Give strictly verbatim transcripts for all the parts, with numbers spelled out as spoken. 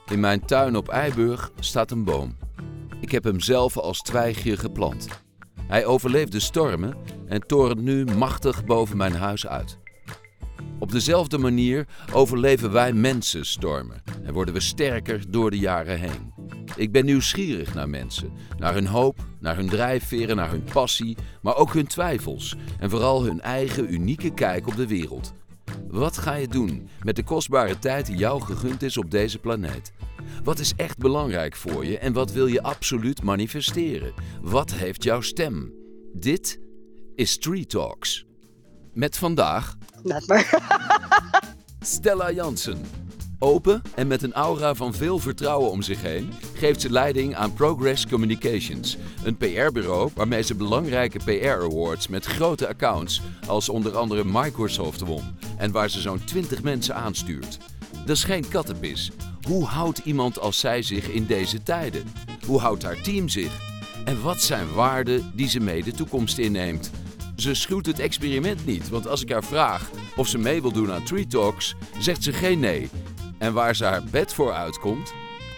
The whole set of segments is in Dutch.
In mijn tuin op Eiburg staat een boom. Ik heb hem zelf als twijgje geplant. Hij overleefde stormen en torent nu machtig boven mijn huis uit. Op dezelfde manier overleven wij mensen stormen en worden we sterker door de jaren heen. Ik ben nieuwsgierig naar mensen, naar hun hoop, naar hun drijfveren, naar hun passie, maar ook hun twijfels en vooral hun eigen unieke kijk op de wereld. Wat ga je doen met de kostbare tijd die jou gegund is op deze planeet? Wat is echt belangrijk voor je en wat wil je absoluut manifesteren? Wat heeft jouw stem? Dit is Street Talks. Met vandaag Laat maar. Stella Jansen. Open en met een aura van veel vertrouwen om zich heen geeft ze leiding aan Progress Communications, een P R-bureau waarmee ze belangrijke P R-awards met grote accounts als onder andere Microsoft won en waar ze zo'n twintig mensen aanstuurt. Dat is geen kattenpis. Hoe houdt iemand als zij zich in deze tijden? Hoe houdt haar team zich? En wat zijn waarden die ze mee de toekomst inneemt? Ze schuwt het experiment niet, want als ik haar vraag of ze mee wil doen aan Tree Talks, zegt ze geen nee. En waar ze haar bed voor uitkomt?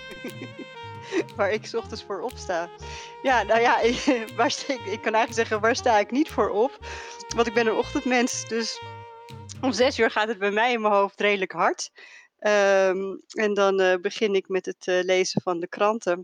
Waar ik 's ochtends voor opsta. Ja, nou ja, waar sta ik, ik kan eigenlijk zeggen, waar sta ik niet voor op? Want ik ben een ochtendmens, dus om zes uur gaat het bij mij in mijn hoofd redelijk hard. Ehm, en dan eh, begin ik met het eh, lezen van de kranten.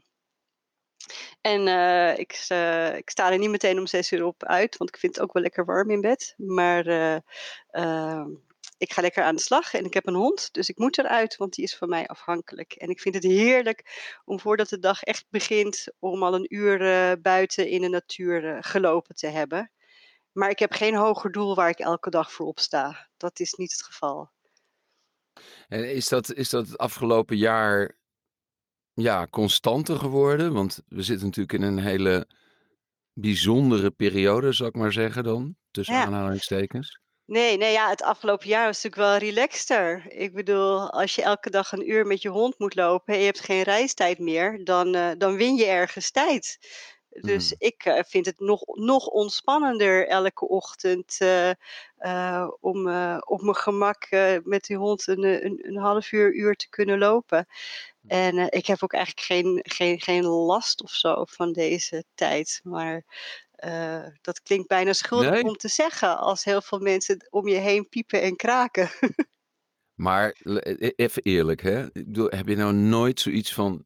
En eh, ik, s- eh, ik sta er niet meteen om zes uur op uit, want ik vind het ook wel lekker warm in bed. Maar eh, ehm, ik ga lekker aan de slag en ik heb een hond, dus ik moet eruit, want die is van mij afhankelijk. En ik vind het heerlijk om voordat de dag echt begint, om al een uur eh, buiten in de natuur eh, gelopen te hebben. Maar ik heb geen hoger doel waar ik elke dag voor opsta. Dat is niet het geval. En is dat, is dat het afgelopen jaar ja, constanter geworden? Want we zitten natuurlijk in een hele bijzondere periode, zal ik maar zeggen dan, tussen Ja. aanhalingstekens. Nee, nee, ja, het afgelopen jaar was natuurlijk wel relaxter. Ik bedoel, als je elke dag een uur met je hond moet lopen en je hebt geen reistijd meer, dan, eh, dan win je ergens tijd. Dus Hmm. ik eh, vind het nog, nog ontspannender elke ochtend eh, eh, om eh, op mijn gemak eh, met die hond een, eh, een, een half uur, uur te kunnen lopen. En eh, ik heb ook eigenlijk geen, geen, geen last of zo van deze tijd. Maar eh, dat klinkt bijna schuldig Nee? om te zeggen als heel veel mensen om je heen piepen en kraken. Maar le- e- even eerlijk, hè? Ik bedoel, heb je nou nooit zoiets van,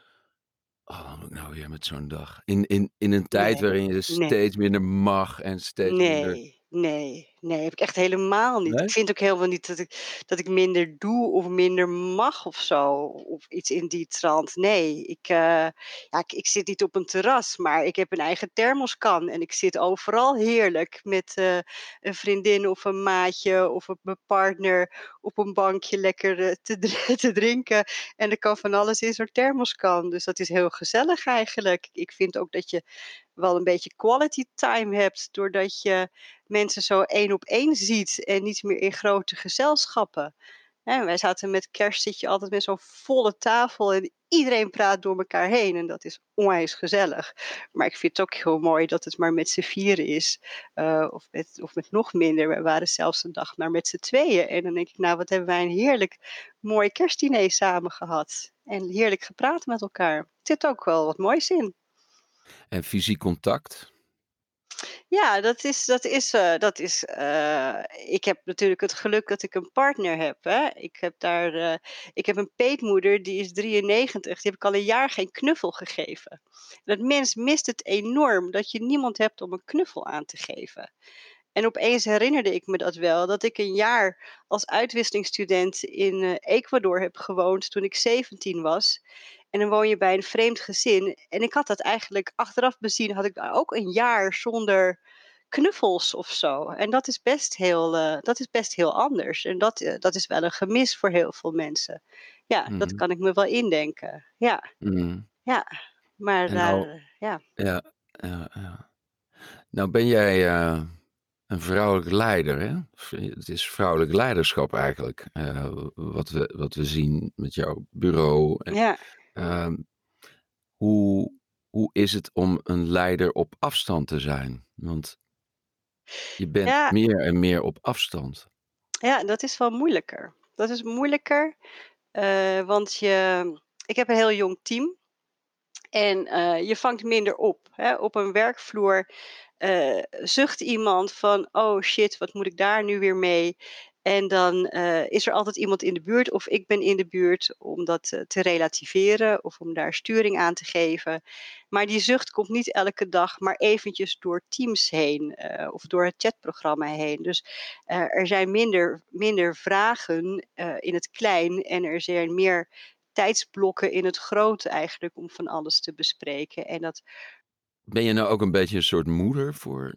oh, wat moet ik nou weer met zo'n dag? In, in, in een tijd waarin Nee, je nee. steeds minder mag en steeds minder. Nee, nee, nee, heb ik echt helemaal niet. Ik Nee? vind ook helemaal niet dat ik dat ik minder doe of minder mag of zo, of iets in die trant. Nee, ik, eh, ja, ik ik zit niet op een terras, maar ik heb een eigen thermoskan en ik zit overal heerlijk met, eh, een vriendin of een maatje of op mijn partner op een bankje lekker, eh, te dr te drinken en er kan van alles in zo'n thermoskan. Dus dat is heel gezellig eigenlijk. Ik vind ook dat je wel een beetje quality time hebt, doordat je mensen zo één op één ziet en niet meer in grote gezelschappen. Hè, wij zaten met kerst zit je altijd met zo'n volle tafel en iedereen praat door elkaar heen en dat is onwijs gezellig. Maar ik vind het ook heel mooi dat het maar met z'n vieren is, eh, of, met, of met nog minder. We waren zelfs een dag maar met z'n tweeën en dan denk ik, nou wat hebben wij een heerlijk mooi kerstdiner samen gehad. En heerlijk gepraat met elkaar. Er zit ook wel wat moois in. En fysiek contact? Ja, dat is dat is, eh, dat is eh, ik heb natuurlijk het geluk dat ik een partner heb, hè. Ik heb daar, eh, ik heb een peetmoeder die is drieënnegentig, die heb ik al een jaar geen knuffel gegeven. Dat mens mist het enorm dat je niemand hebt om een knuffel aan te geven. En opeens herinnerde ik me dat wel, dat ik een jaar als uitwisselingsstudent in, eh, Ecuador heb gewoond toen ik zeventien was. En dan woon je bij een vreemd gezin. En ik had dat eigenlijk achteraf bezien, had ik daar ook een jaar zonder knuffels of zo. En dat is best heel, eh, dat is best heel anders. En dat, eh, dat is wel een gemis voor heel veel mensen. Ja, dat Mhm. kan ik me wel indenken. Ja, Mhm. ja. Maar En nou, daar, ja. ja, ja, ja. Nou ben jij eh, een vrouwelijk leider, hè? V- Het is vrouwelijk leiderschap eigenlijk, eh, wat we, wat we zien met jouw bureau. En, Ja. ehm, hoe, hoe is het om een leider op afstand te zijn? Want je bent Ja, meer en meer op afstand. ja, dat is wel moeilijker. Dat is moeilijker, eh, want je ik heb een heel jong team en eh, je vangt minder op. Hè? Op een werkvloer eh, zucht iemand van, oh shit, wat moet ik daar nu weer mee? En dan eh, is er altijd iemand in de buurt of ik ben in de buurt om dat eh, te relativeren of om daar sturing aan te geven. Maar die zucht komt niet elke dag, maar eventjes door Teams heen eh, of door het chatprogramma heen. Dus eh, er zijn minder, minder vragen eh, in het klein en er zijn meer tijdsblokken in het grote eigenlijk om van alles te bespreken. En dat Ben je nou ook een beetje een soort moeder voor...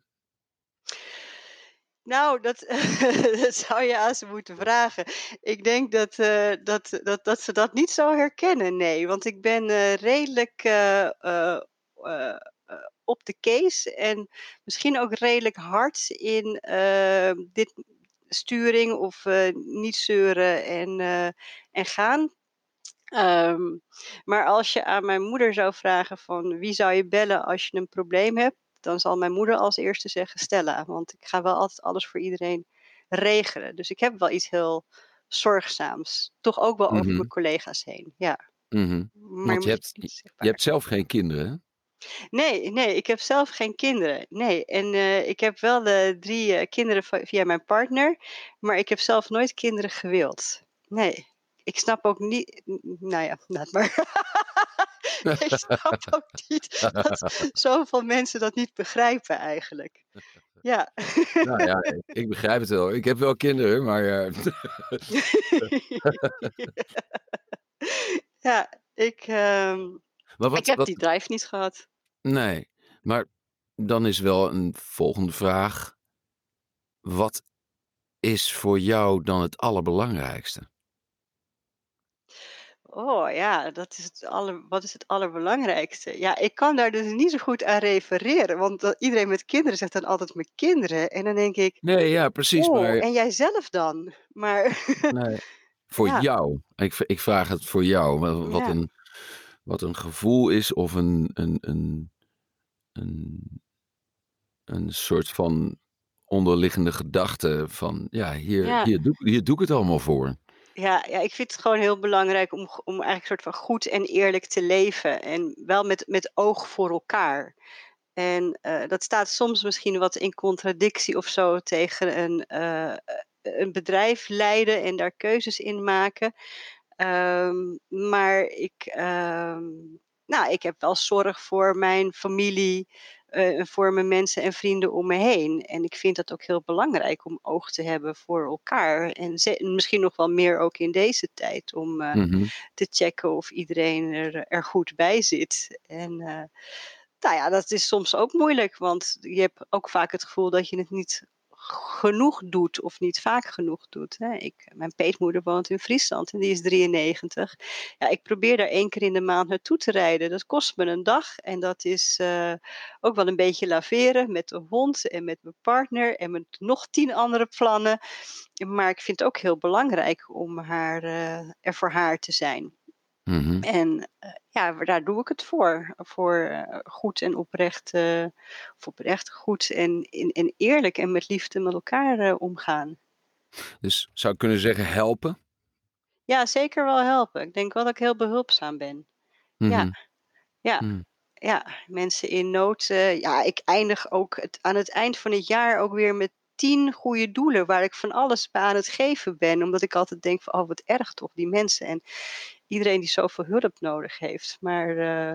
Nou, dat, dat zou je aan ze moeten vragen. Ik denk dat, eh, dat, dat, dat ze dat niet zo herkennen, nee. Want ik ben eh, redelijk eh, eh, eh, eh, op de case en misschien ook redelijk hard in eh, dit sturing of eh, niet zeuren en, eh, en gaan. Ehm, maar als je aan mijn moeder zou vragen van wie zou je bellen als je een probleem hebt, dan zal mijn moeder als eerste zeggen Stella, want ik ga wel altijd alles voor iedereen regelen. Dus ik heb wel iets heel zorgzaams, toch ook wel over mijn Mhm, collega's heen. Ja, mhm. maar Want je moet hebt, niet je zichtbaar. hebt zelf geen kinderen, hè? Nee, nee, ik heb zelf geen kinderen. Nee, en eh, ik heb wel eh, drie eh, kinderen va- via mijn partner, maar ik heb zelf nooit kinderen gewild. Nee, ik snap ook niet. n- Nou ja, laat maar. Ik snap ook niet dat zoveel mensen dat niet begrijpen eigenlijk. Ja. Nou ja, ik ik begrijp het wel. Ik heb wel kinderen, maar, eh, Ja, ik, ehm, maar ik wat heb wat die drive niet gehad. nee, maar dan is wel een volgende vraag: wat is voor jou dan het allerbelangrijkste? Oh ja, dat is het aller wat is het allerbelangrijkste? Ja, ik kan daar dus niet zo goed aan refereren, want dat iedereen met kinderen zegt dan altijd "mijn kinderen" en dan denk ik: Nee, ja, precies, "Oh, maar en jijzelf dan?" Maar nee, voor ja, jou. Ik v ik vraag het voor jou, wa wat ja, een wat een gevoel is of een een een een een soort van onderliggende gedachte van: "Ja, hier ja. hier doe hier doe ik het allemaal voor." Ja, ja, ik vind het gewoon heel belangrijk om, g- om eigenlijk een soort van goed en eerlijk te leven. En wel met, met oog voor elkaar. En eh, dat staat soms misschien wat in contradictie of zo tegen een, eh, een bedrijf leiden en daar keuzes in maken. Ehm, maar ik, ehm, nou, ik heb wel zorg voor mijn familie, eh, en voor mijn mensen en vrienden om me heen. En ik vind dat ook heel belangrijk om oog te hebben voor elkaar. En ze- misschien nog wel meer ook in deze tijd om eh, Mhm. te checken of iedereen er, er goed bij zit. En eh, nou ja, dat is soms ook moeilijk, want je hebt ook vaak het gevoel dat je het niet genoeg doet of niet vaak genoeg doet. Hè. Ik, mijn peetmoeder woont in Friesland en die is drieënnegentig. Ja, ik probeer daar één keer in de maand naartoe te rijden. Dat kost me een dag en dat is eh, ook wel een beetje laveren met de hond en met mijn partner en met nog tien andere plannen. Maar ik vind het ook heel belangrijk om haar, eh, er voor haar te zijn. Mhm. En eh, ja, daar doe ik het voor. Voor eh, goed en oprecht, eh, of oprecht goed en, en, en eerlijk en met liefde met elkaar eh, omgaan. Dus zou ik kunnen zeggen helpen? Ja, zeker wel helpen. Ik denk wel dat ik heel behulpzaam ben. Ja, Mhm. ja, Mhm. ja. Mensen in nood. eh, ja, ik eindig ook het, aan het eind van het jaar ook weer met tien goede doelen waar ik van alles bij aan het geven ben. Omdat ik altijd denk van, oh wat erg toch, die mensen. En iedereen die zoveel hulp nodig heeft. Maar eh,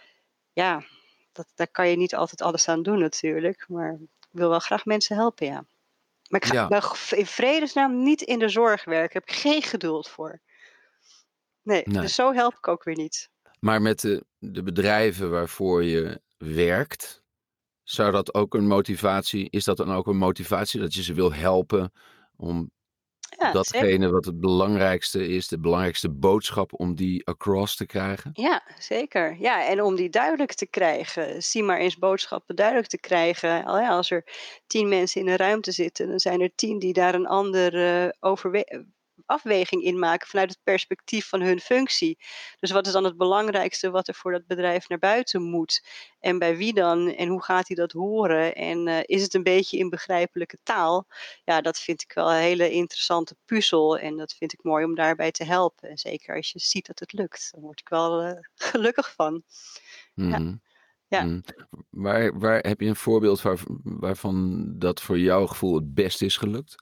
ja, dat daar kan je niet altijd alles aan doen natuurlijk, maar ik wil wel graag mensen helpen, ja. Maar ik ga Ja, wel g in vredesnaam niet in de zorg werken, heb ik geen geduld voor. Nee, nee. dus zo help ik ook weer niet. Maar met de de bedrijven waarvoor je werkt, zou dat ook een motivatie is dat dan ook een motivatie dat je ze wil helpen om Ja, zeker. datgene wat het belangrijkste is, de belangrijkste boodschap, om die across te krijgen? Ja, zeker. Ja, en om die duidelijk te krijgen, zie maar eens boodschappen duidelijk te krijgen. Al ja, als er tien mensen in een ruimte zitten, dan zijn er tien die daar een ander, eh, overwe afweging in maken vanuit het perspectief van hun functie. Dus wat is dan het belangrijkste wat er voor dat bedrijf naar buiten moet? En bij wie dan? En hoe gaat hij dat horen? En uh, is het een beetje in begrijpelijke taal? Ja, dat vind ik wel een hele interessante puzzel. En dat vind ik mooi om daarbij te helpen. En zeker als je ziet dat het lukt, dan word ik wel uh, gelukkig van. Ja, Mhm. ja. Mhm. Waar, waar heb je een voorbeeld waar, waarvan dat voor jouw gevoel het best is gelukt?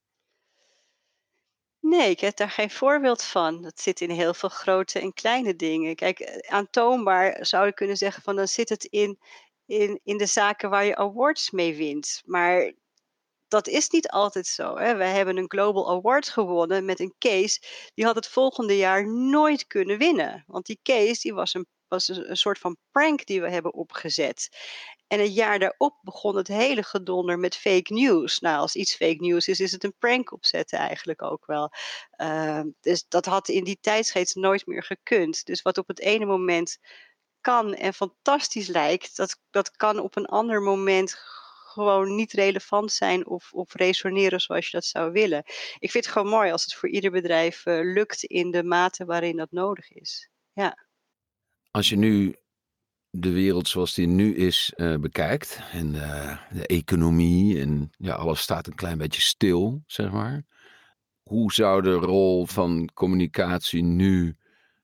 Nee, ik heb daar geen voorbeeld van. Dat zit in heel veel grote en kleine dingen. Kijk, eh, aantoonbaar zou ik kunnen zeggen van dan zit het in, in, in de zaken waar je awards mee wint. Maar dat is niet altijd zo. Hè. Wij hebben een Global Award gewonnen met een case. Die had het volgende jaar nooit kunnen winnen. Want die case die was, een, was een, een soort van prank die we hebben opgezet. En het jaar daarop begon het hele gedonder met fake news. Nou, als iets fake news is, is het een prank opzetten eigenlijk ook wel. Uh, dus dat had in die tijdsgeest nooit meer gekund. Dus wat op het ene moment kan en fantastisch lijkt, dat, dat kan op een ander moment gewoon niet relevant zijn of, of resoneren zoals je dat zou willen. Ik vind het gewoon mooi als het voor ieder bedrijf uh, lukt in de mate waarin dat nodig is. Ja. Als je nu de wereld zoals die nu is uh, bekijkt en uh, de economie en ja, alles staat een klein beetje stil, zeg maar. Hoe zou de rol van communicatie nu,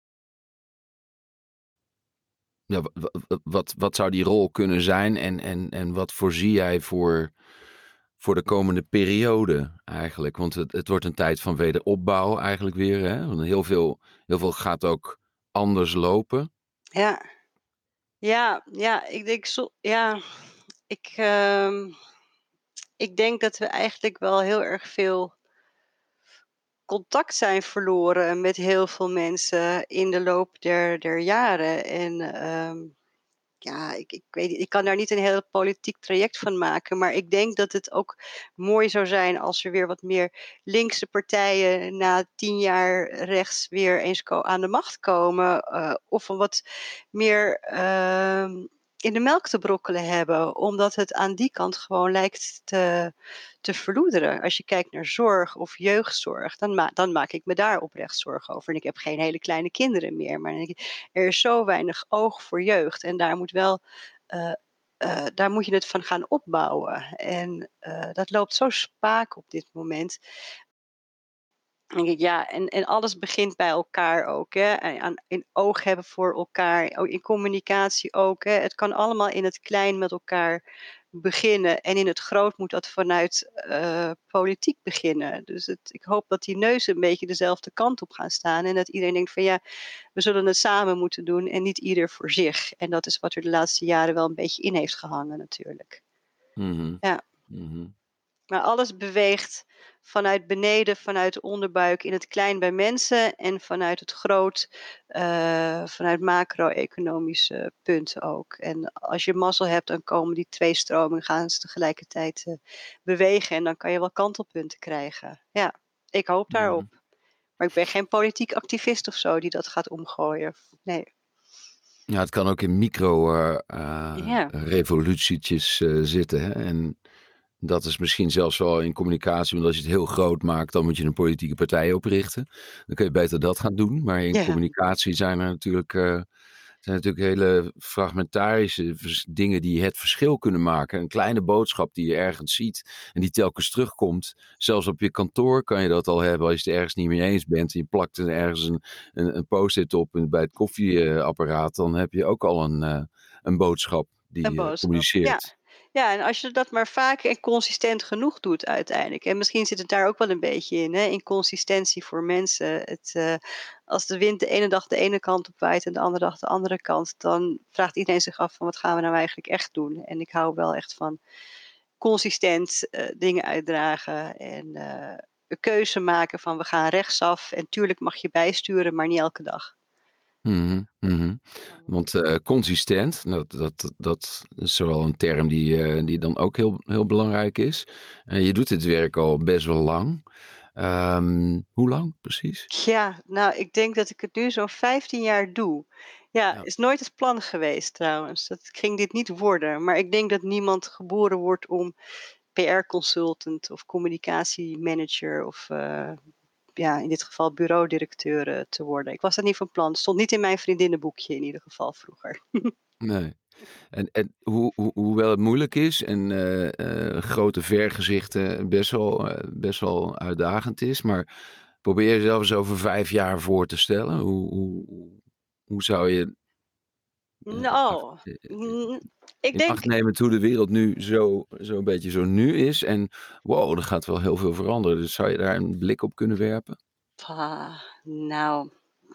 ja, wat, wat, wat zou die rol kunnen zijn en, en, en wat voorzie jij voor, voor de komende periode eigenlijk? Want het, het wordt een tijd van wederopbouw eigenlijk weer. Hè? Want heel veel, heel veel gaat ook anders lopen. Ja, ja, ja, ik denk zo, ja, ik, uh, ik denk dat we eigenlijk wel heel erg veel contact zijn verloren met heel veel mensen in de loop der, der jaren. En um, ja, ik, ik weet niet, ik kan daar niet een heel politiek traject van maken. Maar ik denk dat het ook mooi zou zijn als er weer wat meer linkse partijen na tien jaar rechts weer eens ko- aan de macht komen. Uh, of een wat meer uh, in de melk te brokkelen hebben. Omdat het aan die kant gewoon lijkt te, te verloederen. Als je kijkt naar zorg of jeugdzorg, dan, ma- dan maak ik me daar oprecht zorgen over. En ik heb geen hele kleine kinderen meer. Maar dan denk ik, er is zo weinig oog voor jeugd. En daar moet wel. Uh, uh, daar moet je het van gaan opbouwen. En uh, dat loopt zo spaak op dit moment. Denk ik, ja, en, en alles begint bij elkaar ook. Hè? En aan, in oog hebben voor elkaar, ook in communicatie ook. Hè? Het kan allemaal in het klein met elkaar beginnen. En in het groot moet dat vanuit uh, politiek beginnen. Dus het, ik hoop dat die neuzen een beetje dezelfde kant op gaan staan. En dat iedereen denkt van ja, we zullen het samen moeten doen en niet ieder voor zich. En dat is wat er de laatste jaren wel een beetje in heeft gehangen natuurlijk. Mm-hmm. Ja. Mm-hmm. Maar alles beweegt vanuit beneden, vanuit de onderbuik, in het klein bij mensen en vanuit het groot, uh, vanuit macro-economische punten ook. En als je mazzel hebt, dan komen die twee stromingen, gaan ze tegelijkertijd uh, bewegen en dan kan je wel kantelpunten krijgen. Ja, ik hoop daarop. Mm-hmm. Maar ik ben geen politiek activist of zo die dat gaat omgooien. Nee. Ja, het kan ook in micro-revolutietjes uh, uh, uh, zitten. Hè? En dat is misschien zelfs wel in communicatie, want als je het heel groot maakt, dan moet je een politieke partij oprichten. Dan kun je beter dat gaan doen. Maar in Ja. communicatie zijn er natuurlijk, uh, zijn natuurlijk hele fragmentarische dingen die het verschil kunnen maken. Een kleine boodschap die je ergens ziet en die telkens terugkomt. Zelfs op je kantoor kan je dat al hebben als je het ergens niet mee eens bent. En je plakt er ergens een, een, een post-it op bij het koffieapparaat. Dan heb je ook al een, uh, een boodschap die Een je boodschap, ja. communiceert. Ja, en als je dat maar vaak en consistent genoeg doet uiteindelijk. En misschien zit het daar ook wel een beetje in, hè, in consistentie voor mensen. Het, uh, als de wind de ene dag de ene kant op waait en de andere dag de andere kant, dan vraagt iedereen zich af van wat gaan we nou eigenlijk echt doen? En ik hou wel echt van consistent uh, dingen uitdragen en uh, een keuze maken van we gaan rechtsaf. En tuurlijk mag je bijsturen, maar niet elke dag. Mm-hmm, mm-hmm. Want uh, consistent, dat, dat, dat is zowel een term die, uh, die dan ook heel, heel belangrijk is. Uh, je doet dit werk al best wel lang. Um, hoe lang precies? Ja, nou, ik denk dat ik het nu zo'n vijftien jaar doe. Ja, Ja. is nooit het plan geweest trouwens. Dat ging dit niet worden. Maar ik denk dat niemand geboren wordt om P R-consultant of communicatiemanager of uh, ja, in dit geval bureaudirecteur uh, te worden. Ik was dat niet van plan. Het stond niet in mijn vriendinnenboekje in ieder geval vroeger. Nee. En en hoe hoe hoewel het moeilijk is en, eh, eh, grote vergezichten best wel, eh, best wel uitdagend is, maar probeer jezelf eens over vijf jaar voor te stellen. Hoe hoe hoe hoe zou je, eh, in acht Nou, eh, eh, mm, ik in acht denk, nemen hoe de wereld nu zo zo'n beetje zo nu is en wow, er gaat wel heel veel veranderen. Dus zou je daar een blik op kunnen werpen? ah, nou,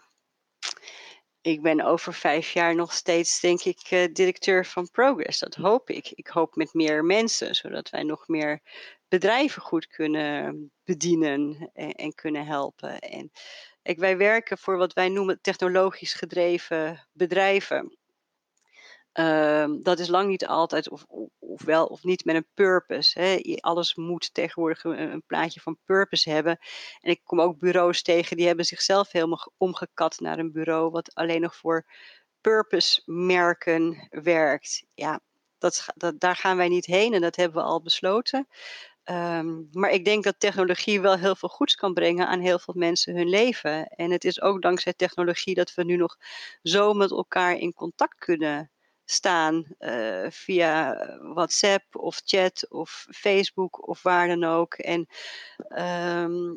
ik ben over vijf jaar nog steeds, denk ik, eh, directeur van Progress. Dat hoop ik. Ik hoop met meer mensen, zodat wij nog meer bedrijven goed kunnen bedienen en, en kunnen helpen. En kijk, wij werken voor wat wij noemen technologisch gedreven bedrijven. Ehm, dat is lang niet altijd of, of, of wel of niet met een purpose. Hè. Je- Alles moet tegenwoordig een, een plaatje van purpose hebben. En ik kom ook bureaus tegen die hebben zichzelf helemaal ge- omgekat naar een bureau wat alleen nog voor purpose merken werkt. Ja, dat, ga- dat, daar gaan wij niet heen en dat hebben we al besloten. Ehm, maar ik denk dat technologie wel heel veel goeds kan brengen aan heel veel mensen hun leven. En het is ook dankzij technologie dat we nu nog zo met elkaar in contact kunnen staan. eh, via WhatsApp of chat of Facebook of waar dan ook. En ehm,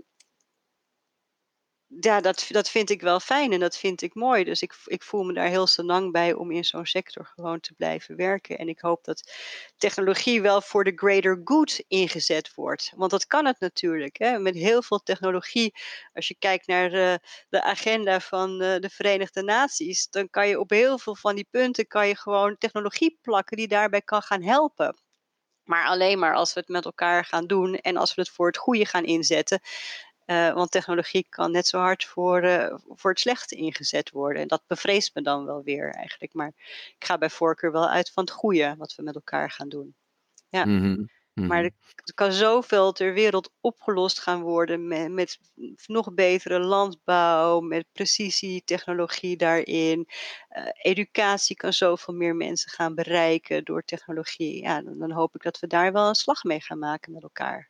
ja, dat, dat vind ik wel fijn en dat vind ik mooi. Dus ik, ik voel me daar heel senang bij om in zo'n sector gewoon te blijven werken. En ik hoop dat technologie wel voor de greater good ingezet wordt. Want dat kan het natuurlijk. Hè? Met heel veel technologie, als je kijkt naar de, de agenda van eh, de Verenigde Naties, dan kan je op heel veel van die punten kan je gewoon technologie plakken die daarbij kan gaan helpen. Maar alleen maar als we het met elkaar gaan doen en als we het voor het goede gaan inzetten. Uh, want technologie kan net zo hard voor, uh, voor het slechte ingezet worden. En dat bevreest me dan wel weer eigenlijk. Maar ik ga bij voorkeur wel uit van het goede wat we met elkaar gaan doen. Ja, Mhm, maar mhm. er, er kan zoveel ter wereld opgelost gaan worden met, met nog betere landbouw, met precisietechnologie daarin. Uh, educatie kan zoveel meer mensen gaan bereiken door technologie. Ja, dan, dan hoop ik dat we daar wel een slag mee gaan maken met elkaar.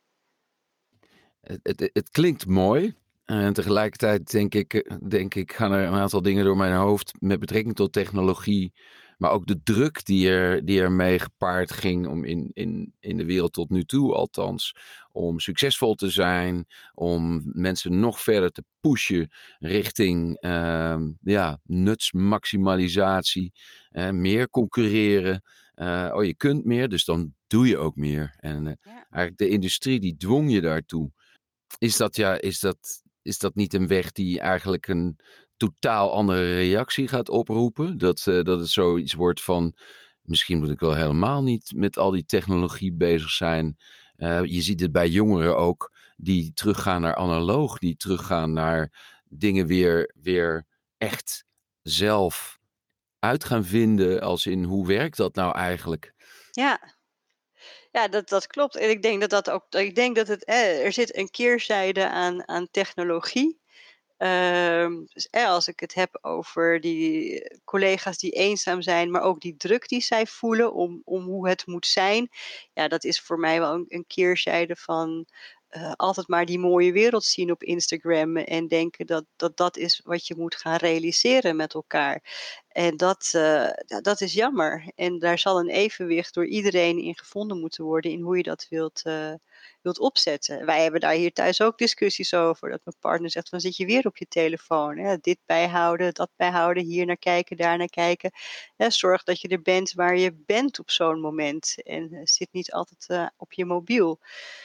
Het het het klinkt mooi en tegelijkertijd denk ik eh, denk ik gaan er een aantal dingen door mijn hoofd met betrekking tot technologie, maar ook de druk die er die ermee gepaard ging om in in in de wereld tot nu toe althans, om succesvol te zijn, om mensen nog verder te pushen richting, ehm, ja, nutsmaximalisatie, hè, meer concurreren. Eh, oh, je kunt meer, dus dan doe je ook meer. En, eh, Ja. eigenlijk de industrie die dwong je daartoe. Is dat ja, is dat is dat niet een weg die eigenlijk een totaal andere reactie gaat oproepen? Dat, eh, dat het zoiets wordt van, misschien moet ik wel helemaal niet met al die technologie bezig zijn. Eh, je ziet het bij jongeren ook, die teruggaan naar analoog, die teruggaan naar dingen weer, weer echt zelf uit gaan vinden, als in hoe werkt dat nou eigenlijk? Ja, Ja, dat, dat klopt. En ik denk dat dat ook. Ik denk dat het. Eh, er zit een keerzijde aan, aan technologie. Ehm, dus, eh, als ik het heb over die collega's die eenzaam zijn, maar ook die druk die zij voelen om, om hoe het moet zijn. Ja, dat is voor mij wel een, een keerzijde van eh, altijd maar die mooie wereld zien op Instagram en denken dat, dat dat is wat je moet gaan realiseren met elkaar. En dat, eh, ja, dat is jammer. En daar zal een evenwicht door iedereen in gevonden moeten worden in hoe je dat wilt, eh, wilt opzetten. Wij hebben daar hier thuis ook discussies over. Dat mijn partner zegt van zit je weer op je telefoon. Hè? Dit bijhouden, dat bijhouden, hier naar kijken, daar naar kijken. Hè? Zorg dat je er bent waar je bent op zo'n moment. En eh, zit niet altijd eh, op je mobiel.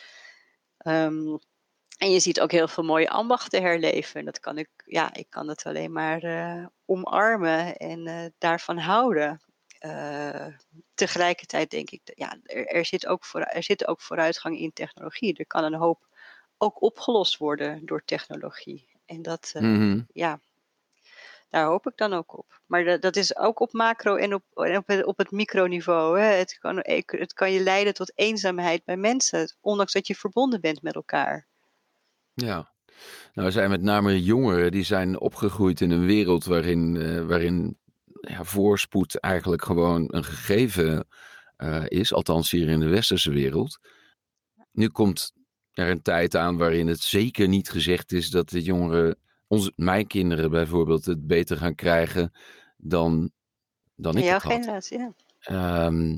Um, en je ziet ook heel veel mooie ambachten herleven. En dat kan ik, ja, ik kan het alleen maar uh, omarmen en uh, daarvan houden. Uh, tegelijkertijd denk ik, ja, er, er, zit ook voor, er zit ook vooruitgang in technologie. Er kan een hoop ook opgelost worden door technologie. En dat, uh, Mhm. ja, daar hoop ik dan ook op. Maar dat, dat is ook op macro en op, en op, het, op het microniveau. Hè. Het, kan, het kan je leiden tot eenzaamheid bij mensen, ondanks dat je verbonden bent met elkaar. Ja. Nou, er zijn met name jongeren die zijn opgegroeid in een wereld waarin, eh, waarin ja, voorspoed eigenlijk gewoon een gegeven eh, is, althans hier in de westerse wereld. Nu komt er een tijd aan waarin het zeker niet gezegd is dat de jongeren, onze, mijn kinderen bijvoorbeeld, het beter gaan krijgen dan, dan In ik jouw het had. generatie, ja. Ehm,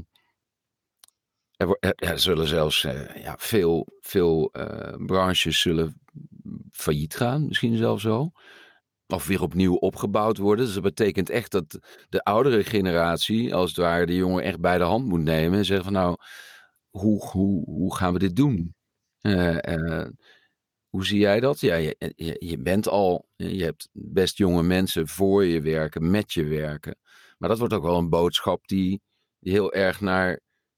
er, wo- er- er zullen zelfs eh, ja, veel, veel eh, branches zullen failliet gaan, misschien zelfs wel. Of weer opnieuw opgebouwd worden. Dus dat betekent echt dat de oudere generatie, als het ware, de jongen echt bij de hand moet nemen. En zeggen van nou, hoe, hoe, hoe gaan we dit doen? Eh, eh, hoe zie jij dat? Ja, je, je, je bent al, je hebt best jonge mensen voor je werken, met je werken. Maar dat wordt ook wel een boodschap die, die heel erg naar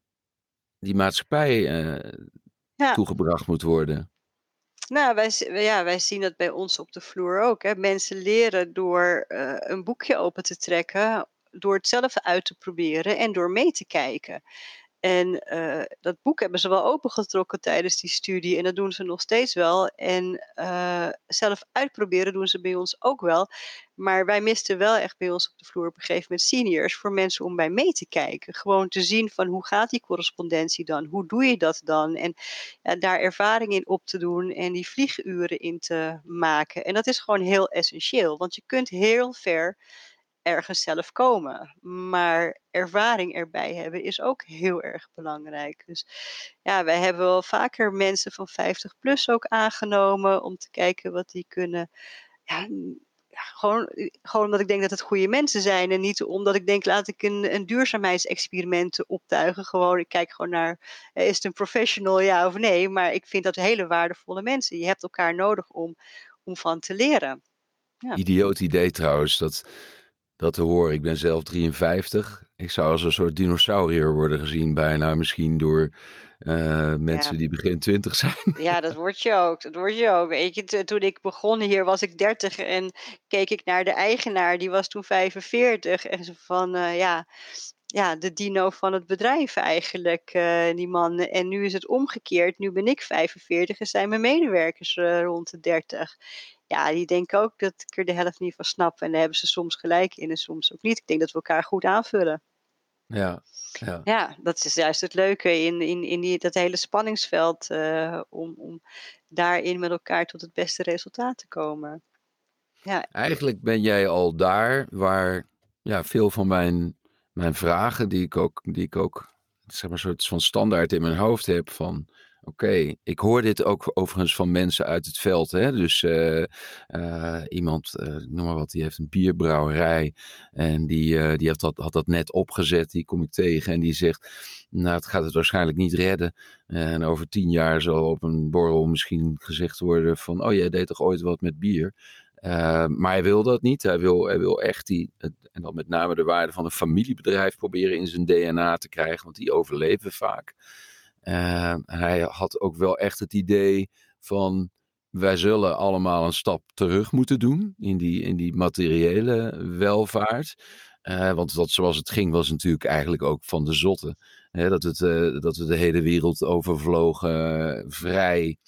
die maatschappij eh, Ja. toegebracht moet worden. Nou, wij, z- ja, wij zien dat bij ons op de vloer ook. Hè. Mensen leren door eh, een boekje open te trekken, door het zelf uit te proberen en door mee te kijken. En eh, dat boek hebben ze wel opengetrokken tijdens die studie en dat doen ze nog steeds wel. En eh, zelf uitproberen doen ze bij ons ook wel. Maar wij misten wel echt bij ons op de vloer op een gegeven moment seniors voor mensen om bij mee te kijken. Gewoon te zien van hoe gaat die correspondentie dan? Hoe doe je dat dan? En ja, daar ervaring in op te doen en die vlieguren in te maken. En dat is gewoon heel essentieel, want je kunt heel ver ergens zelf komen. Maar ervaring erbij hebben is ook heel erg belangrijk. Dus ja, wij hebben wel vaker mensen van vijftig plus ook aangenomen om te kijken wat die kunnen. Ja, n- ja, gewoon, eh, gewoon omdat ik denk dat het goede mensen zijn. En niet omdat ik denk, laat ik een, een duurzaamheidsexperiment optuigen. Gewoon, ik kijk gewoon naar, eh, is het een professional, ja of nee? Maar ik vind dat hele waardevolle mensen. Je hebt elkaar nodig om, om van te leren. Ja. Idioot idee trouwens, dat, dat te horen. Ik ben zelf drieënvijftig. Ik zou als een soort dinosaurier worden gezien bijna. Misschien door eh, Ja, mensen die begin twintig zijn. Ja, dat word je ook. Dat word je ook. Weet je, to- toen ik begon hier was ik dertig en keek ik naar de eigenaar, die was toen vijfenveertig. En zo van, eh, ja, ja, de dino van het bedrijf eigenlijk, eh, die man. En nu is het omgekeerd. Nu ben ik vijfenveertig en zijn mijn medewerkers eh, rond de dertig. Ja, die denken ook dat ik er de helft niet van snap. En daar hebben ze soms gelijk in en soms ook niet. Ik denk dat we elkaar goed aanvullen. Ja, ja. Ja, dat is juist het leuke in, in, in die, dat hele spanningsveld, eh, om, om daarin met elkaar tot het beste resultaat te komen. Ja, Eigenlijk ben jij al daar waar ja, veel van mijn, mijn vragen, die ik ook, die ik ook zeg maar, een soort van standaard in mijn hoofd heb van. Oké, ik hoor dit ook overigens van mensen uit het veld. Hè? Dus eh, eh, iemand, eh, noem maar wat, die heeft een bierbrouwerij. En die, eh, die heeft dat, had dat net opgezet. Die kom ik tegen. En die zegt, nou, het gaat het waarschijnlijk niet redden. En over tien jaar zal op een borrel misschien gezegd worden van, oh, jij deed toch ooit wat met bier? Uh, maar hij wil dat niet. Hij wil, hij wil echt die, en dan met name de waarde van een familiebedrijf proberen in zijn D N A te krijgen, want die overleven vaak. Uh, hij had ook wel echt het idee van, wij zullen allemaal een stap terug moeten doen in die, in die materiële welvaart. Uh, want dat, zoals het ging was natuurlijk eigenlijk ook van de zotte. Hè, dat, het, uh, dat we de hele wereld overvlogen, uh, vrij,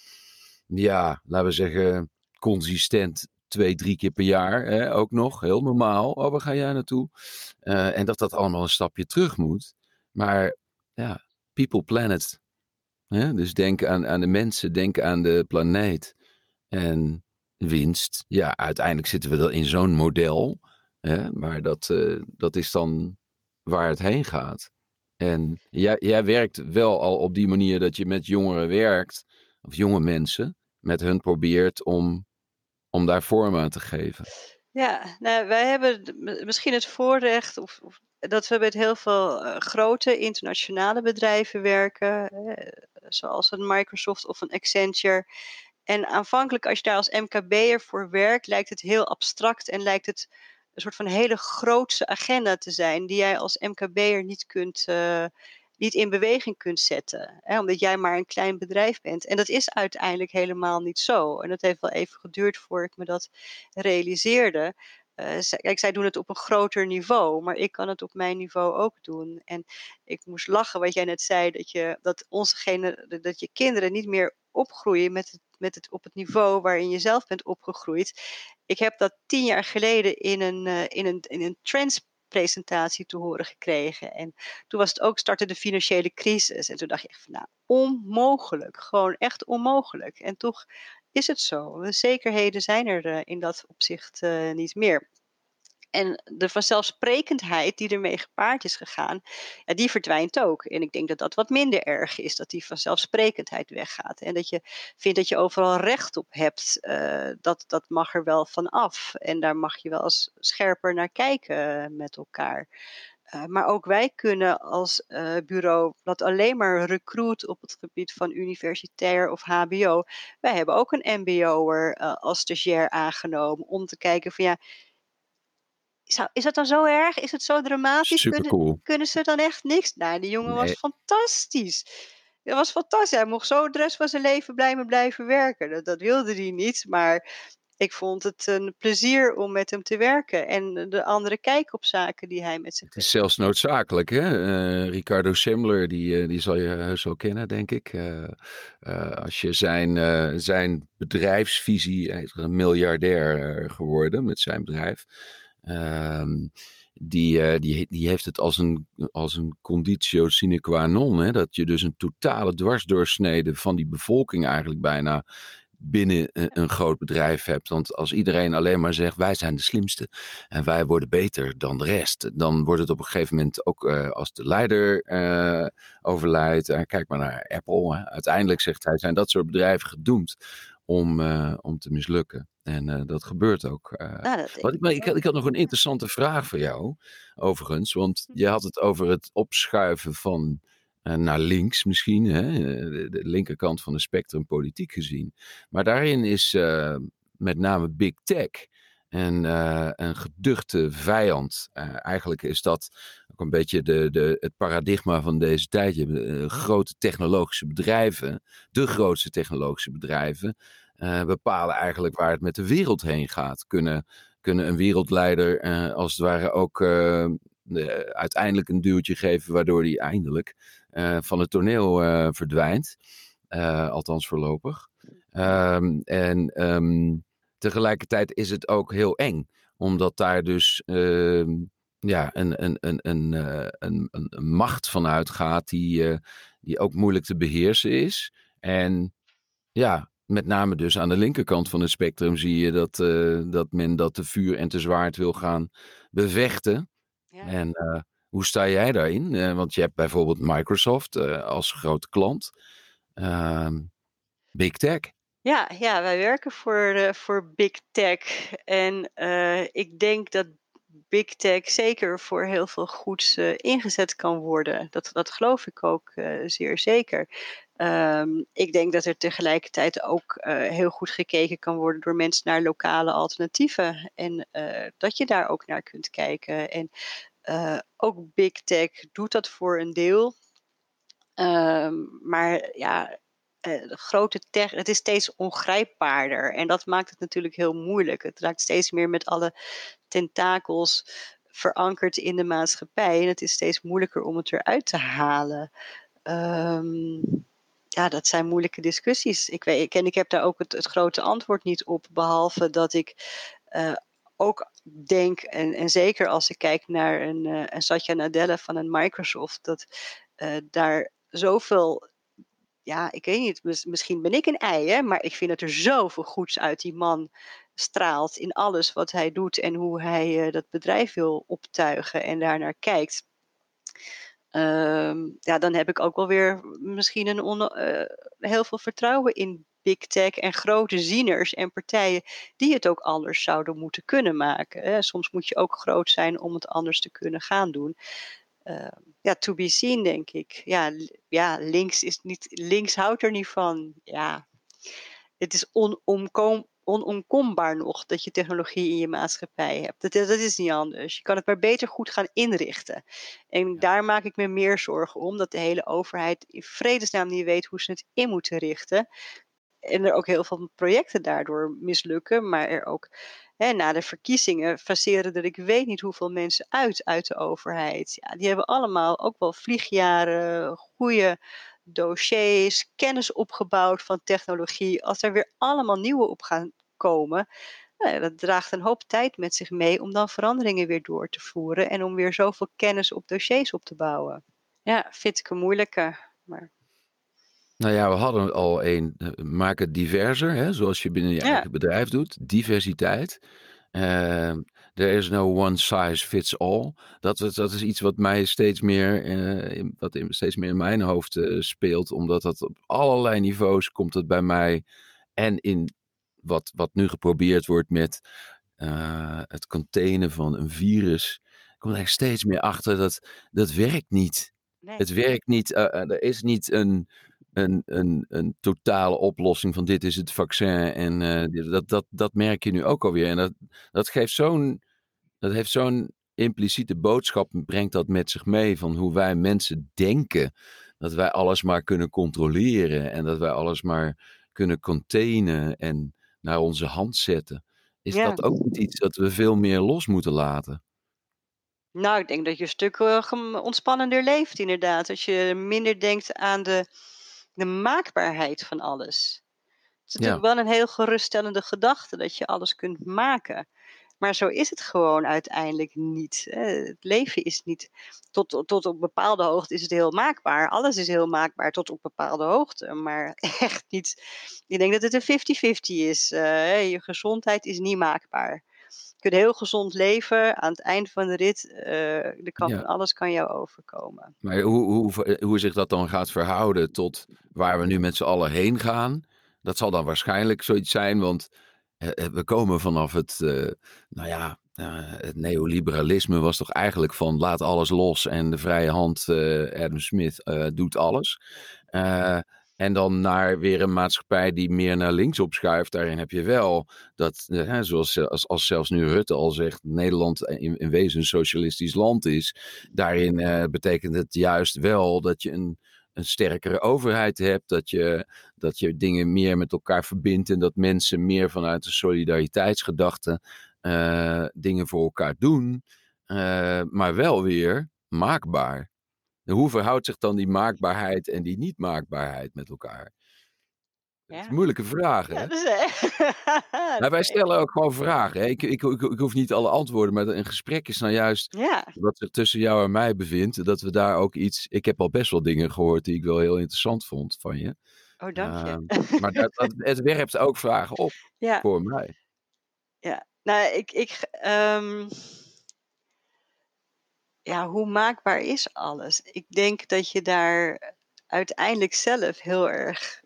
ja, laten we zeggen, consistent twee, drie keer per jaar. Hè, ook nog, heel normaal. Oh, waar ga jij naartoe? Uh, en dat dat allemaal een stapje terug moet. Maar ja, people planet. Hè? Dus denk aan, aan de mensen, denk aan de planeet. En winst. Ja, uiteindelijk zitten we dan in zo'n model. Hè? Maar dat, uh, dat is dan waar het heen gaat. En jij, jij werkt wel al op die manier dat je met jongeren werkt. Of jonge mensen. Met hun probeert om, om daar vorm aan te geven. ja, nou, wij hebben d- m- misschien het voorrecht of, of dat we met heel veel eh, grote internationale bedrijven werken, eh, zoals een Microsoft of een Accenture. En aanvankelijk, als je daar als M K B'er voor werkt, lijkt het heel abstract en lijkt het een soort van hele grootse agenda te zijn, die jij als M K B'er niet kunt, eh, niet in beweging kunt zetten, hè, omdat jij maar een klein bedrijf bent. En dat is uiteindelijk helemaal niet zo. En dat heeft wel even geduurd voor ik me dat realiseerde. Uh, kijk, zij doen het op een groter niveau, maar ik kan het op mijn niveau ook doen. En ik moest lachen wat jij net zei, dat, je, dat, onze gener- dat je kinderen niet meer opgroeien met het, met het op het niveau waarin je zelf bent opgegroeid. Ik heb dat tien jaar geleden in een, uh, in een, in een trans presentatie te horen gekregen. En toen was het ook, startte de financiële crisis. En toen dacht je echt van, nou, onmogelijk. Gewoon echt onmogelijk. En toch is het zo. De zekerheden zijn er eh, in dat opzicht eh, niet meer. En de vanzelfsprekendheid die ermee gepaard is gegaan, ja, die verdwijnt ook. En ik denk dat dat wat minder erg is, dat die vanzelfsprekendheid weggaat. En dat je vindt dat je overal recht op hebt, eh, dat, dat mag er wel van af. En daar mag je wel eens scherper naar kijken eh, met elkaar. Uh, maar ook wij kunnen als uh, bureau dat alleen maar recruit op het gebied van universitair of H B O. Wij hebben ook een M B O'er uh, als stagiair aangenomen om te kijken van ja, zou, is dat dan zo erg? Is het zo dramatisch? Super Kunnen, cool. kunnen ze dan echt niks? Nou, die jongen was Nee, fantastisch. Dat was fantastisch. Hij mocht zo de rest van zijn leven blijven blijven werken. Dat, dat wilde hij niet, maar ik vond het een plezier om met hem te werken. En de andere kijk op zaken die hij met zijn... het is zelfs noodzakelijk, hè? Eh, Ricardo Semler, die, eh, die zal je heus wel kennen, denk ik. Eh, eh, als je zijn, eh, zijn bedrijfsvisie, hij is een miljardair eh, geworden met zijn bedrijf. Ehm, die, eh, die, die heeft het als een, als een conditio sine qua non. Hè? Dat je dus een totale dwarsdoorsnede van die bevolking eigenlijk bijna binnen een, een groot bedrijf hebt. Want als iedereen alleen maar zegt, wij zijn de slimste en wij worden beter dan de rest, dan wordt het op een gegeven moment ook uh, als de leider uh, overlijdt. Uh, kijk maar naar Apple. Hè. Uiteindelijk zegt hij, zijn dat soort bedrijven gedoemd om, uh, om te mislukken. En uh, dat gebeurt ook. Uh, Nou, dat denk wat ik ik, maar ik, had, wel. ik had nog een interessante vraag voor jou, overigens. Want je had het over het opschuiven van uh, naar links misschien, hè? De, de linkerkant van het spectrum politiek gezien. Maar daarin is uh, met name Big Tech en uh, een geduchte vijand. Uh, eigenlijk is dat ook een beetje de, de, het paradigma van deze tijd. Je hebt uh, grote technologische bedrijven, de grootste technologische bedrijven, uh, bepalen eigenlijk waar het met de wereld heen gaat. Kunnen, kunnen een wereldleider uh, als het ware ook uh, de, uiteindelijk een duwtje geven, waardoor die eindelijk uh, van het toneel uh, verdwijnt. Uh, althans voorlopig. Um, en um, tegelijkertijd is het ook heel eng. Omdat daar dus uh, ja, een, een, een, een, een, een macht van uitgaat die, uh, die ook moeilijk te beheersen is. En ja, met name dus aan de linkerkant van het spectrum zie je dat, uh, dat men dat te vuur en te zwaard wil gaan bevechten. Ja. En uh, hoe sta jij daarin? Uh, want je hebt bijvoorbeeld Microsoft uh, als grote klant. Uh, Big Tech. Ja, ja, wij werken voor, uh, voor Big Tech. En uh, ik denk dat Big Tech zeker voor heel veel goeds uh, ingezet kan worden. Dat, dat geloof ik ook uh, zeer zeker. Um, ik denk dat er tegelijkertijd ook uh, heel goed gekeken kan worden door mensen naar lokale alternatieven. En uh, dat je daar ook naar kunt kijken. En uh, ook Big Tech doet dat voor een deel. Um, maar ja, uh, de grote tech, het is steeds ongrijpbaarder. En dat maakt het natuurlijk heel moeilijk. Het raakt steeds meer met alle tentakels verankerd in de maatschappij. En het is steeds moeilijker om het eruit te halen. Um, ja, dat zijn moeilijke discussies. Ik, weet, ik, en ik heb daar ook het, het grote antwoord niet op. Behalve dat ik uh, ook denk, en, en zeker als ik kijk naar een, uh, een Satya Nadella van een Microsoft, dat uh, daar zoveel, ja, ik weet niet, mis, misschien ben ik een ei, hè, maar ik vind dat er zoveel goeds uit die man straalt in alles wat hij doet en hoe hij uh, dat bedrijf wil optuigen en daarnaar kijkt. Um, ja, dan heb ik ook wel weer misschien een on, uh, heel veel vertrouwen in Big Tech en grote zieners en partijen die het ook anders zouden moeten kunnen maken. Hè. Soms moet je ook groot zijn om het anders te kunnen gaan doen. Uh, ja, to be seen, denk ik. Ja, ja, links is niet, links houdt er niet van. Ja, het is onomkom, onomkombaar nog dat je technologie in je maatschappij hebt. Dat, dat is niet anders. Je kan het maar beter goed gaan inrichten. En Ja. daar maak ik me meer zorgen om, dat de hele overheid in vredesnaam niet weet hoe ze het in moeten richten. En er ook heel veel projecten daardoor mislukken, maar er ook hè, na de verkiezingen faceren er ik weet niet hoeveel mensen uit uit de overheid. Ja, die hebben allemaal ook wel vliegjaren, goede dossiers, kennis opgebouwd van technologie. Als er weer allemaal nieuwe op gaan komen, Nou ja, dat draagt een hoop tijd met zich mee om dan veranderingen weer door te voeren en om weer zoveel kennis op dossiers op te bouwen. Ja, vind ik een moeilijke, maar Nou ja, we hadden al een, eh, maak het diverser, hè, zoals je binnen je ja, eigen bedrijf doet. Diversiteit. Ehm, there is no one size fits all. Dat, is- dat is iets wat mij steeds meer, eh, in- wat in, steeds meer in mijn hoofd eh, speelt. Omdat dat op allerlei niveaus komt het bij mij. En in wat, wat nu geprobeerd wordt met eh, het containen van een virus. Komt er steeds meer achter dat dat werkt niet. nee. Het werkt niet. eh, eh, er is niet een, een, een, een totale oplossing van dit is het vaccin. En eh, dit- dat, dat, dat merk je nu ook alweer. En dat, dat geeft zo'n, dat heeft zo'n impliciete boodschap, brengt dat met zich mee van hoe wij mensen denken. Dat wij alles maar kunnen controleren en dat wij alles maar kunnen containen en naar onze hand zetten. Is Ja. dat ook niet iets dat we veel meer los moeten laten? Nou, ik denk dat je een stuk eh, gem- ontspannender leeft, inderdaad. Als je minder denkt aan de, de maakbaarheid van alles. Het is Ja, natuurlijk wel een heel geruststellende gedachte dat je alles kunt maken. Maar zo is het gewoon uiteindelijk niet. Hè. Het leven is niet. Tot, tot tot op bepaalde hoogte is het heel maakbaar. Alles is heel maakbaar tot op bepaalde hoogte. Maar echt niet. Ik denk dat het een vijftig-vijftig is. Eh, hè. Je gezondheid is niet maakbaar. Je kunt heel gezond leven. Aan het eind van de rit, eh, er kan van ja. alles kan jou overkomen. Maar hoe, hoe, hoe hoe zich dat dan gaat verhouden tot waar we nu met z'n allen heen gaan, dat zal dan waarschijnlijk zoiets zijn, want eh, eh, we komen vanaf het, eh, nou ja, eh, het neoliberalisme was toch eigenlijk van laat alles los en de vrije hand, eh, Adam Smith, eh, doet alles. Eh, en dan naar weer een maatschappij die meer naar links opschuift. Daarin heb je wel dat, eh, hè, zoals eh, als, als zelfs nu Rutte al zegt, Nederland in, in wezen een socialistisch land is. Daarin eh, betekent het juist wel dat je een, een sterkere overheid hebt. Dat je, dat je dingen meer met elkaar verbindt. En dat mensen meer vanuit een solidariteitsgedachte eh, dingen voor elkaar doen. Eh, maar wel weer maakbaar. En hoe verhoudt zich dan die maakbaarheid en die niet-maakbaarheid met elkaar? Het is een Ja, moeilijke vraag, hè? ja dat is, dat Maar wij is echt. stellen ook gewoon vragen. Hè? Ik, ik, ik, ik hoef niet alle antwoorden, maar een gesprek is nou juist Ja, wat zich tussen jou en mij bevindt. Dat we daar ook iets. Ik heb al best wel dingen gehoord die ik wel heel interessant vond van je. oh, dank je. Ehm, maar dat, dat, het werpt ook vragen op Ja, voor mij. ja. Nou, ik, ik, ehm, ja, hoe maakbaar is alles? Ik denk dat je daar uiteindelijk zelf heel erg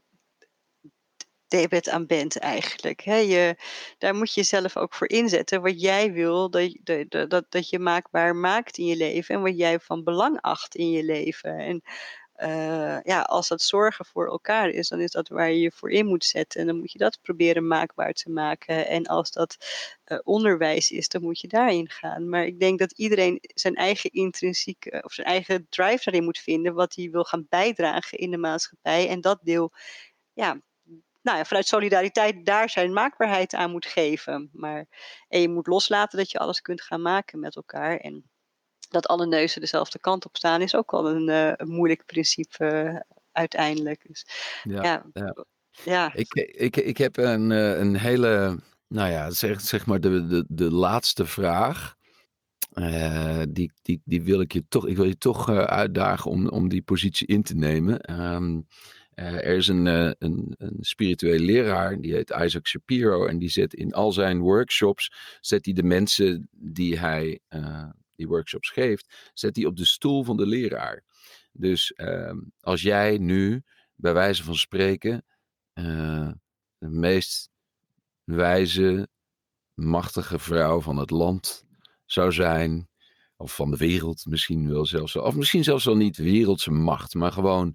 debet aan bent eigenlijk. Hè? Je, daar moet je zelf ook voor inzetten wat jij wil dat, je- dat, dat, dat je maakbaar maakt in je leven en wat jij van belang acht in je leven. En eh, ja, als dat zorgen voor elkaar is, dan is dat waar je je voor in moet zetten. En dan moet je dat proberen maakbaar te maken. En als dat eh, onderwijs is, dan moet je daarin gaan. Maar ik denk dat iedereen zijn eigen intrinsieke of zijn eigen drive daarin moet vinden, wat hij wil gaan bijdragen in de maatschappij. En dat deel, ja, nou ja, vanuit solidariteit daar zijn maakbaarheid aan moet geven. Maar, en je moet loslaten dat je alles kunt gaan maken met elkaar. En dat alle neuzen dezelfde kant op staan, is ook al een, eh, een moeilijk principe eh, uiteindelijk. Dus Ja, ja, ja. ja, Ik, ik, ik heb een, eh, een hele. Nou ja, zeg, zeg maar de, de, de laatste vraag. Eh, die, die, die wil ik je toch, ik wil je toch eh, uitdagen om, om die positie in te nemen. Ehm, eh, er is een, eh, een, een spiritueel leraar, die heet Isaac Shapiro. En die zet in al zijn workshops, zet hij de mensen die hij uh, die workshops geeft, zet hij op de stoel van de leraar. Dus ehm, als jij nu, bij wijze van spreken, uh, de meest wijze, machtige vrouw van het land zou zijn, of van de wereld misschien wel zelfs wel, of misschien zelfs wel niet wereldse macht, maar gewoon,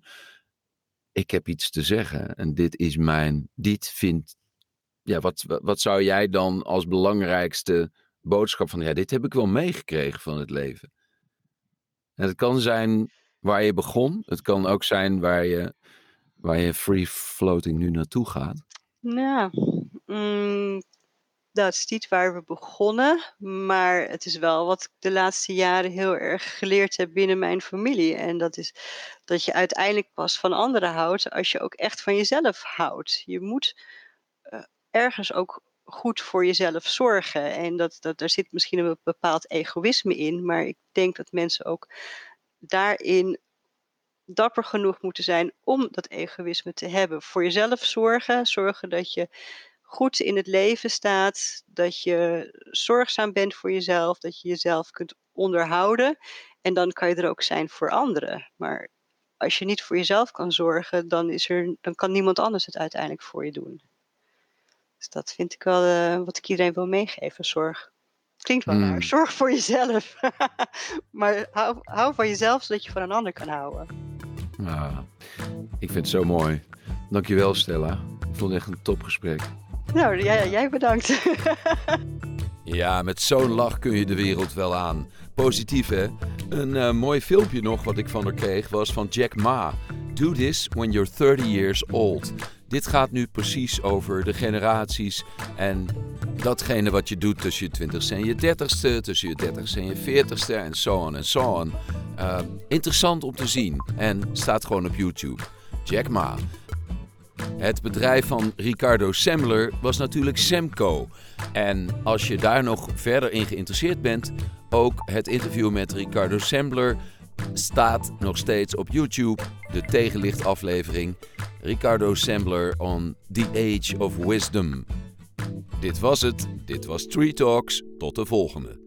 ik heb iets te zeggen en dit is mijn, dit vindt, ja, wat, wat, wat zou jij dan als belangrijkste boodschap van, ja, dit heb ik wel meegekregen van het leven. En het kan zijn waar je begon, het kan ook zijn waar je, waar je free floating nu naartoe gaat. nou, mm, dat is niet waar we begonnen, maar het is wel wat ik de laatste jaren heel erg geleerd heb binnen mijn familie. En dat is dat je uiteindelijk pas van anderen houdt als je ook echt van jezelf houdt. Je moet eh, ergens ook goed voor jezelf zorgen. En dat, dat, daar zit misschien een bepaald egoïsme in, maar ik denk dat mensen ook daarin dapper genoeg moeten zijn om dat egoïsme te hebben. Voor jezelf zorgen, zorgen dat je goed in het leven staat, dat je zorgzaam bent voor jezelf, dat je jezelf kunt onderhouden en dan kan je er ook zijn voor anderen. Maar als je niet voor jezelf kan zorgen, dan, is er, dan kan niemand anders het uiteindelijk voor je doen. Dus dat vind ik wel uh, wat ik iedereen wil meegeven, zorg. Klinkt wel Hmm. naar, zorg voor jezelf. Maar hou, hou van jezelf, zodat je van een ander kan houden. Ah, ik vind het zo mooi. Dankjewel, Stella. Ik vond het echt een topgesprek. Nou, jij, jij bedankt. Ja, met zo'n lach kun je de wereld wel aan. Positief, hè? Een uh, mooi filmpje nog wat ik van haar kreeg was van Jack Ma. Do this when you're thirty years old. Dit gaat nu precies over de generaties en datgene wat je doet tussen je twintigste en je dertigste, tussen je dertigste en je veertigste en so on en so on. Uh, interessant om te zien en staat gewoon op YouTube. Jack Ma. Het bedrijf van Ricardo Semler was natuurlijk Semco. En als je daar nog verder in geïnteresseerd bent, ook het interview met Ricardo Semler staat nog steeds op YouTube. De tegenlicht aflevering. Ricardo Semler on The Age of Wisdom. Dit was het. Dit was Tree Talks. Tot de volgende.